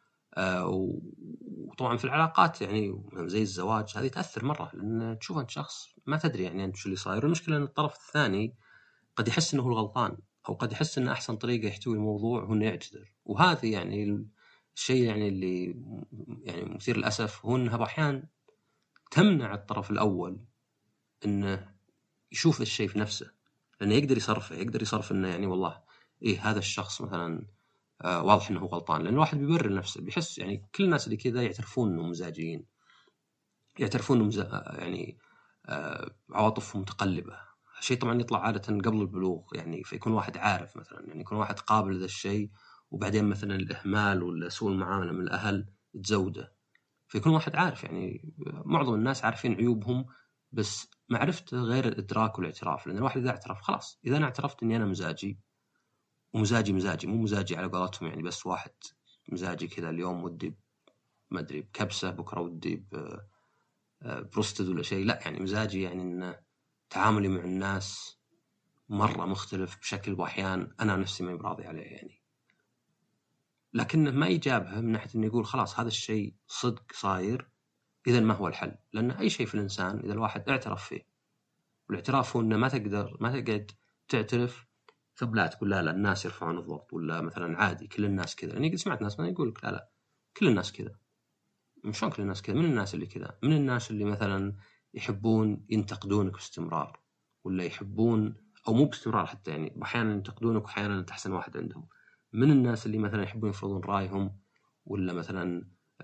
وطبعا في العلاقات يعني زي الزواج هذه تأثر مرة، لأن تشوف أنت شخص ما تدري يعني أنت شو اللي صاير. المشكلة أن الطرف الثاني قد يحس أنه هو الغلطان، أو قد يحس أن أحسن طريقة يحتوي الموضوع هو أنه يعتذر. وهذه يعني الشيء يعني اللي يعني مثير للأسف هو أنها بأحيان تمنع الطرف الأول إنه يشوف الشيء في نفسه، لأنه يقدر يصرف إنه يعني والله إيه هذا الشخص مثلا واضح إنه غلطان، لأن الواحد بيبرر نفسه، بيحس يعني كل الناس اللي كذا يعترفون إنهم مزاجيين، يعترفون إنهم يعني عواطفهم متقلبة. شيء طبعا يطلع عادة قبل البلوغ، يعني فيكون واحد عارف مثلا، يعني يكون واحد قابل ذا الشيء، وبعدين مثلا الإهمال ولا سوء المعاملة من الأهل تزوده، فيكون واحد عارف. يعني معظم الناس عارفين عيوبهم، بس معرفته غير الإدراك والاعتراف. لأن الواحد إذا اعترف خلاص، إذا أنا اعترفت إني أنا مزاجي، ومزاجي مو مزاجي على قولتهم يعني بس واحد مزاجي كذا اليوم ودي ما أدري بكبسة، بكرة ودي بروستد ولا شيء، لا يعني مزاجي يعني إن تعاملي مع الناس مرة مختلف بشكل وأحيان أنا نفسي ما براضي عليه يعني. لكنه ما يجابها من ناحية إنه يقول خلاص هذا الشيء صدق صاير، إذا ما هو الحل. لأن أي شيء في الإنسان إذا الواحد اعترف فيه، والاعتراف هو إنه ما تقعد تعترف ثم لا تقول لا الناس يرفعون الضغط، ولا مثلا عادي كل الناس كذا. يعني قد سمعت ناس ما يقول لك لا كل الناس كذا. شلون كل الناس كذا؟ من الناس اللي كذا؟ من الناس اللي مثلا يحبون ينتقدونك باستمرار، ولا يحبون أو مو باستمرار حتى، يعني أحيانا ينتقدونك وأحيانا أنت أحسن واحد عندهم. من الناس اللي مثلا يحبون يفرضون رأيهم، ولا مثلا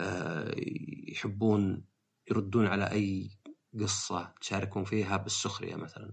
يحبون يردون على أي قصة تشاركون فيها بالسخرية مثلا.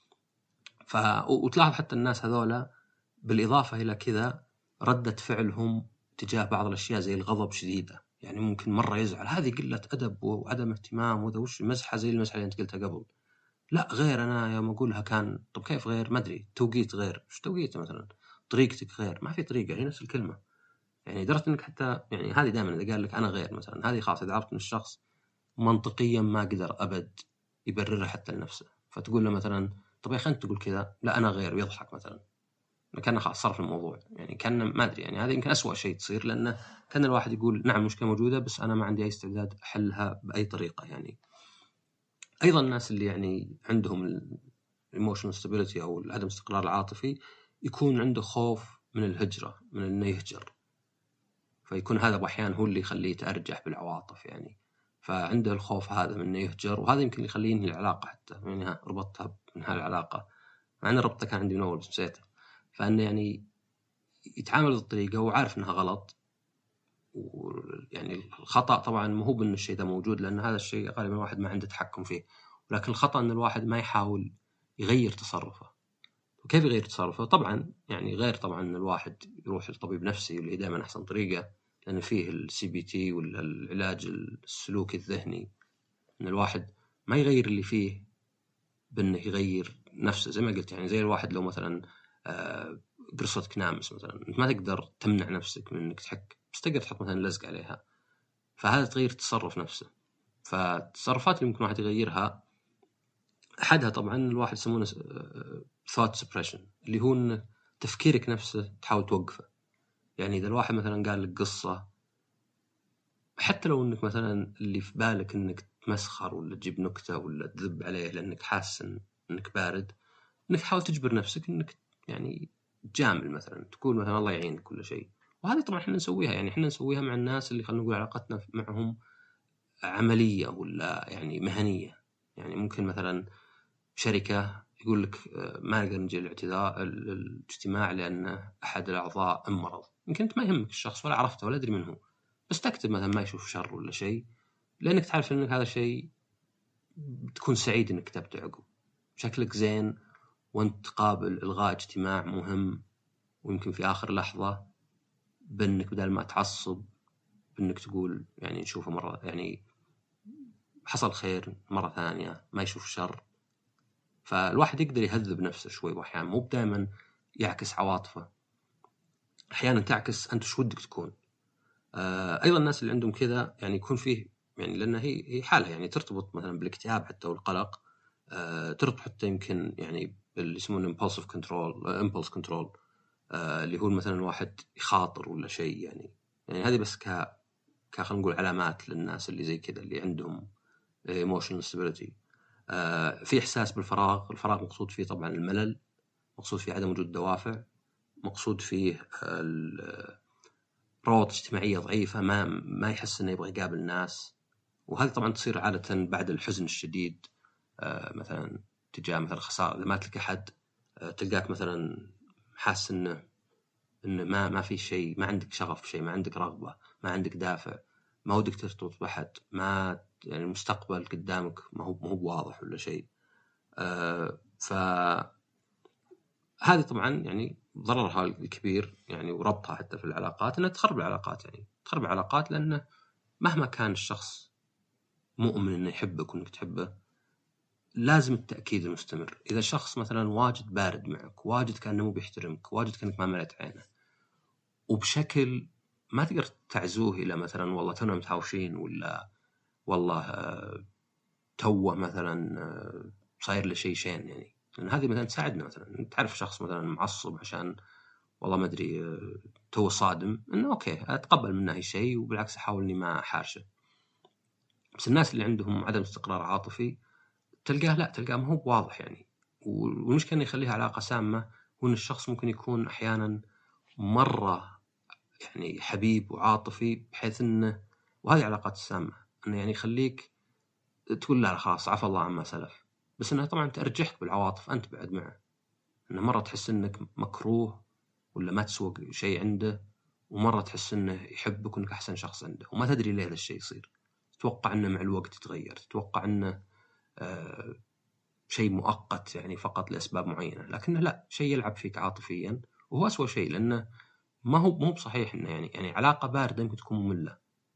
وتلاحظ حتى الناس هذولا بالإضافة إلى كذا ردة فعلهم تجاه بعض الأشياء زي الغضب شديدة. يعني ممكن مرة يزعل، هذه قلة أدب وعدم اهتمام، وذا وش مزحة زي المزحة اللي أنت قلتها قبل. لا غير، أنا يوم أقولها كان طب كيف غير؟ ما أدري، توقيت غير. وش توقيته مثلا؟ طريقتك غير. ما في طريقة، هي نفس الكلمة. يعني درجة إنك حتى يعني هذه دائما إذا قال لك أنا غير مثلا، هذه خلاص إذا عرفت إن الشخص منطقيا ما قدر أبد يبررها حتى لنفسه، فتقول له مثلا طب يا أخي أنت تقول كذا، لا أنا غير، ويضحك مثلا، كان خلاص صرف الموضوع. يعني كان ما أدري، يعني هذا يمكن أسوأ شيء تصير، لأنه كان الواحد يقول نعم المشكلة موجودة بس أنا ما عندي أي استعداد أحلها بأي طريقة. يعني أيضا الناس اللي يعني عندهم emotional stability أو عدم الاستقرار العاطفي، يكون عنده خوف من الهجرة، من إنه يهجر، فيكون هذا أحيانا هو اللي يخليه يتأرجح بالعواطف. يعني فعنده الخوف هذا من إنه يهجر، وهذا يمكن يخليه ينهي العلاقة حتى. يعني ربطتها بإنهاء العلاقة، مع أن ربطها كان عندي من أول بس نسيته. فإنه يعني يتعامل بالطريقة وعارف إنها غلط. ويعني الخطأ طبعا مو هو بأن الشيء ده موجود، لأن هذا الشيء غالبا الواحد ما عنده تحكم فيه، ولكن الخطأ أن الواحد ما يحاول يغير تصرفه. وكيف يغير تصرفه؟ طبعا يعني غير طبعا أن الواحد يروح لطبيب نفسي، واللي دائما أحسن طريقة، لأن فيه CBT ولا العلاج السلوكي الذهني. أن الواحد ما يغير اللي فيه بأنه يغير نفسه. زي ما قلت يعني زي الواحد لو مثلا قرصتك نامس مثلا، أنت ما تقدر تمنع نفسك من أنك تحك، بس تقدر تحط مثلا لزق عليها، فهذا تغير التصرف نفسه. فالتصرفات اللي ممكن واحد يغيرها أحدها طبعا الواحد يسمونه thought suppression، اللي هو إن تفكيرك نفسه تحاول توقفه. يعني إذا الواحد مثلا قال لك قصة، حتى لو إنك مثلا اللي في بالك إنك تمسخر ولا تجيب نكتة ولا تذب عليه لأنك حاسس إنك بارد، إنك تحاول تجبر نفسك إنك يعني تجامل مثلا، تقول مثلا الله يعينك كل شيء. وهذه طبعا إحنا نسويها، يعني إحنا نسويها مع الناس اللي خلينا نقول علاقتنا معهم عملية ولا يعني مهنية. يعني ممكن مثلا شركة يقول لك ما نقدر نجي الاجتماع لأن أحد الأعضاء مرض. يمكن أنت ما يهمك الشخص ولا عرفته ولا أدري منه، بس تكتب مثلا ما يشوف شر ولا شيء، لأنك تعرف أنك هذا الشيء بتكون سعيد أنك كتبته عقب، شكلك زين، وأنت قابل إلغاء اجتماع مهم ويمكن في آخر لحظة، بأنك بدل ما تعصب بأنك تقول يعني نشوفه مرة، يعني حصل خير مرة ثانية، ما يشوف شر. فالواحد يقدر يهذب نفسه شوي، وأحيانا مو دائما يعكس عواطفه، أحيانا تعكس أنت شو ودك تكون. أيضا الناس اللي عندهم كذا يعني يكون فيه، يعني لأن هي حالة يعني ترتبط مثلا بالاكتئاب حتى والقلق، ترتبط حتى يمكن يعني اللي يسمونه impulse control، اللي هو مثلا الواحد يخاطر ولا شيء. يعني هذه بس خلينا نقول علامات للناس اللي زي كذا اللي عندهم emotional stability. في إحساس بالفراغ. الفراغ مقصود فيه طبعا الملل، مقصود فيه عدم وجود دوافع، مقصود فيه روابط اجتماعية ضعيفة، ما يحس إنه يبغى يقابل ناس. وهذه طبعا تصير عادة بعد الحزن الشديد، مثلا تجاه مثلا خسارة، إذا مات لك أحد تلقاك مثلا حاس إنه ما في شيء، ما عندك شغف في شيء، ما عندك رغبة، ما عندك دافع، ما ودك ترتبط بأحد، ما يعني المستقبل قدامك ما هو واضح ولا شيء. فهذه طبعا يعني ضررها الكبير يعني، وربطها حتى في العلاقات، انها تخرب العلاقات، يعني تخرب العلاقات، لانه مهما كان الشخص مؤمن انه يحبك وانك تحبه، لازم التأكيد المستمر. اذا شخص مثلا واجد بارد معك، واجد كانه مو بيحترمك، واجد كانك ما ملت عينه، وبشكل ما تقدر تعزوه الى مثلا والله تونا متهاوشين، ولا والله توه مثلا صاير له شيء يعني، لأن هذه مثلا تساعدنا. مثلا تعرف شخص مثلا معصب عشان والله ما أدري تو صادم، إنه أوكي أتقبل منه هالشيء، وبالعكس أحاول إني ما أحارشه. بس الناس اللي عندهم عدم استقرار عاطفي تلقاه لا، تلقاه ما هو واضح يعني. والمشكلة إنه يخليها علاقة سامة، هو إن الشخص ممكن يكون أحيانا مرة يعني حبيب وعاطفي، بحيث إنه، وهذه علاقات السامة، إنه يعني يخليك تقول لا خلاص عفى الله عما سلف، بس انها طبعا ترجحك بالعواطف انت بعد معه. انه مره تحس انك مكروه ولا ما تسوى شيء عنده، ومره تحس انه يحبك وانك احسن شخص عنده، وما تدري ليه هذا الشيء يصير. تتوقع انه مع الوقت يتغير، تتوقع انه شيء مؤقت يعني فقط لاسباب معينه، لكنه لا، شيء يلعب فيك عاطفيا، وهو اسوأ شيء، لانه ما هو مو بصحيح انه يعني علاقه بارده يمكن تكون ممله،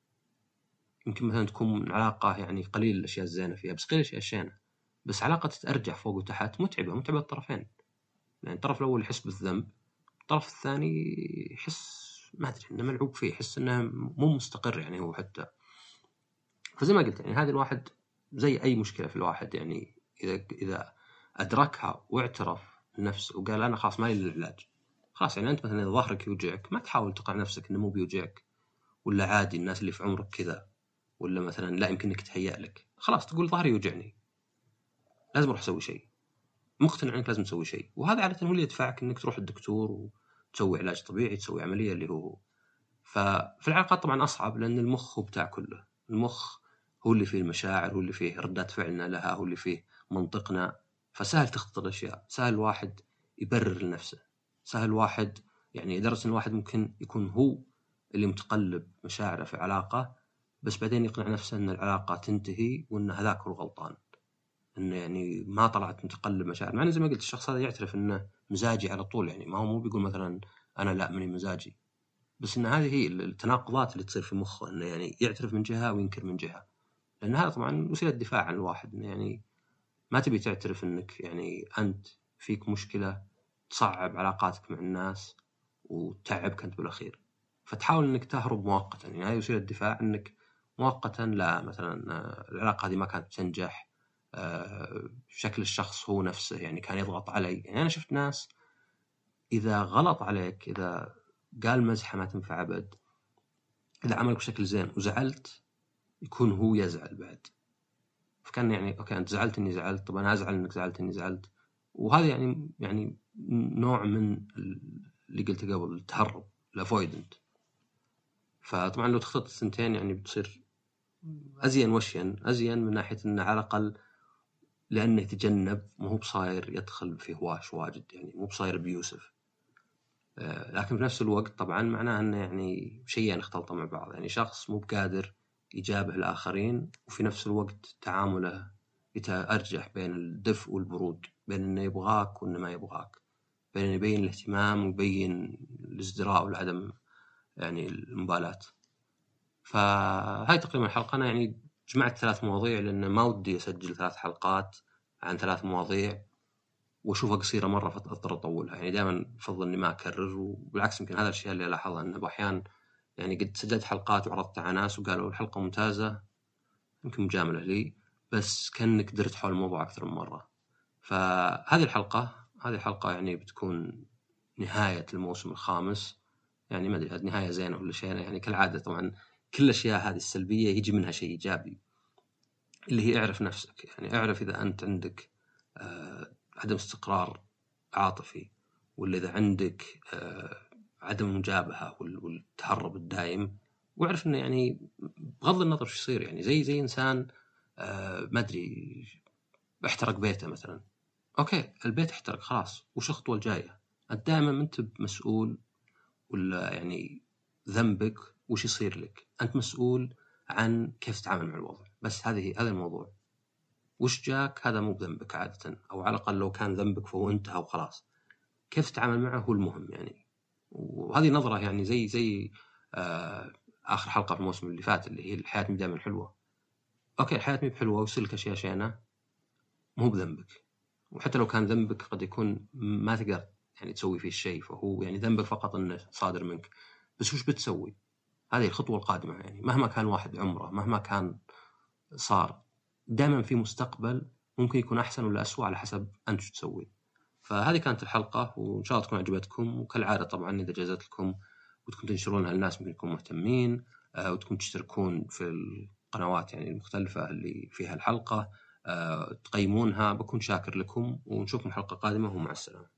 يمكن مثلا تكون علاقه يعني قليل الاشياء الزينه فيها، بس قليل الاشياء الشينه. بس علاقة تتأرجح فوق وتحت متعبة الطرفين، يعني الطرف الأول يحس بالذنب، الطرف الثاني يحس ما أدري إنه ملعوب فيه، يحس إنه مو مستقر يعني هو حتى. فزي ما قلت يعني هذا الواحد زي أي مشكلة في الواحد، يعني إذا أدركها واعترف لنفسه وقال أنا خلاص مالي للعلاج، خلاص. يعني أنت مثلا إذا ظهرك يوجعك، ما تحاول تقنع نفسك إنه مو بيوجعك، ولا عادي الناس اللي في عمرك كذا، ولا مثلا لا يمكنك تهيأ لك، خلاص تقول ظهري يوجعني لازم أروح أسوي شيء، مقتنع انك لازم تسوي شيء، وهذا عاده هو اللي يدفعك انك تروح الدكتور وتسوي علاج طبيعي، تسوي عمليه اللي هو. ففي العلاقات طبعا اصعب، لان المخ هو بتاع كله، المخ هو اللي فيه المشاعر، هو اللي فيه ردات فعلنا لها، هو اللي فيه منطقنا. فسهل تخطط الاشياء، سهل الواحد يبرر لنفسه، سهل الواحد يعني لدرجه ان الواحد ممكن يكون هو اللي متقلب مشاعره في علاقه، بس بعدين يقنع نفسه ان العلاقه تنتهي وان هذاك هو الغلطان، انه يعني ما طلعت متقلب مشاعر، مع انه زي ما قلت الشخص هذا يعترف انه مزاجي على طول، يعني ما هو مو بيقول مثلا انا لا ماني مزاجي، بس ان هذه هي التناقضات اللي تصير في مخه، انه يعني يعترف من جهه وينكر من جهه، لان هذا طبعا وسيله دفاع عن الواحد، انه يعني ما تبي تعترف انك يعني انت فيك مشكله تصعب علاقاتك مع الناس وتعبك انت بالاخير، فتحاول انك تهرب مؤقتا. يعني هذه وسيله دفاع، انك مؤقتا لا مثلا العلاقه هذه ما كانت تنجح، شكل الشخص هو نفسه يعني كان يضغط علي. يعني أنا شفت ناس إذا غلط عليك، إذا قال مزحة ما تنفع أبد، إذا عملك بشكل زين وزعلت يكون هو يزعل بعد، فكان يعني أوكي أنت زعلت إني زعلت، طب أنا أزعل إنك زعلت إني زعلت. وهذا يعني نوع من اللي قلت قبل، التهرب، الافويدنت. فطبعا لو تخطط الثنتين يعني بتصير أزين وشيا، أزين من ناحية إنه على الأقل لأنه يتجنب، مو بصاير يدخل في هواش واجد، يعني مو بصاير بيوسف. لكن في نفس الوقت طبعا معناه أنه يعني شيئين اختلطوا مع بعض، يعني شخص مو بقادر يجابه الآخرين، وفي نفس الوقت تعامله يتأرجح بين الدفء والبرود، بين أنه يبغاك وأنه ما يبغاك، بين أنه يبين الاهتمام ويبين الازدراء والعدم يعني المبالاة. فهاي تقريبا الحلقة. أنا يعني جمعت 3 مواضيع، لأن ما ودي أسجل 3 حلقات عن 3 مواضيع واشوفها قصيره مره فاضطر اطولها، يعني دائما افضل اني ما اكرر. وبالعكس يمكن هذا الشيء اللي الاحظه، انه احيانا يعني قد سجلت حلقات وعرضتها على ناس وقالوا الحلقه ممتازه، يمكن مجامله لي، بس كانك درت حول الموضوع اكثر من مره. فهذه الحلقه يعني بتكون نهايه الموسم الخامس، يعني ما ادري نهايه زينه ولا شيء، يعني كالعاده طبعا كل الاشياء هذه السلبيه يجي منها شيء ايجابي، اللي هي اعرف نفسك. يعني اعرف اذا انت عندك عدم استقرار عاطفي، ولا إذا عندك عدم مجابهة والتهرب الدائم، واعرف إنه يعني بغض النظر شو يصير، يعني زي إنسان ما أدري احترق بيته مثلا، اوكي البيت احترق خلاص، وش الخطوه الجايه؟ انت دائما ما انت مسؤول ولا يعني ذنبك وش يصير لك، انت مسؤول عن كيف تتعامل مع الوضع، بس هذا الموضوع. وش جاك هذا مو بذنبك عاده، او على الاقل لو كان ذنبك فهو انتهى وخلاص. كيف تتعامل معه هو المهم يعني. وهذه نظره يعني زي اخر حلقه في الموسم اللي فات اللي هي الحياه مو دائما حلوه. اوكي الحياه مو بحلوه ويصير اشياء شينه، مو بذنبك، وحتى لو كان ذنبك قد يكون ما تقدر يعني تسوي فيه الشيء، فهو يعني ذنبك فقط انه صادر منك. بس وش بتسوي؟ هذه الخطوه القادمه يعني. مهما كان واحد عمره، مهما كان صار، دائما في مستقبل ممكن يكون احسن ولا أسوأ على حسب انت شو تسوي. فهذه كانت الحلقه، وان شاء الله تكون عجبتكم. وكالعاده طبعا اذا جازت لكم وتكون تنشرونها للناس ممكن يكونوا مهتمين، وتكون تشتركون في القنوات يعني المختلفه اللي فيها الحلقه، تقيمونها، بكون شاكر لكم، ونشوفكم حلقه قادمه، ومع السلامه.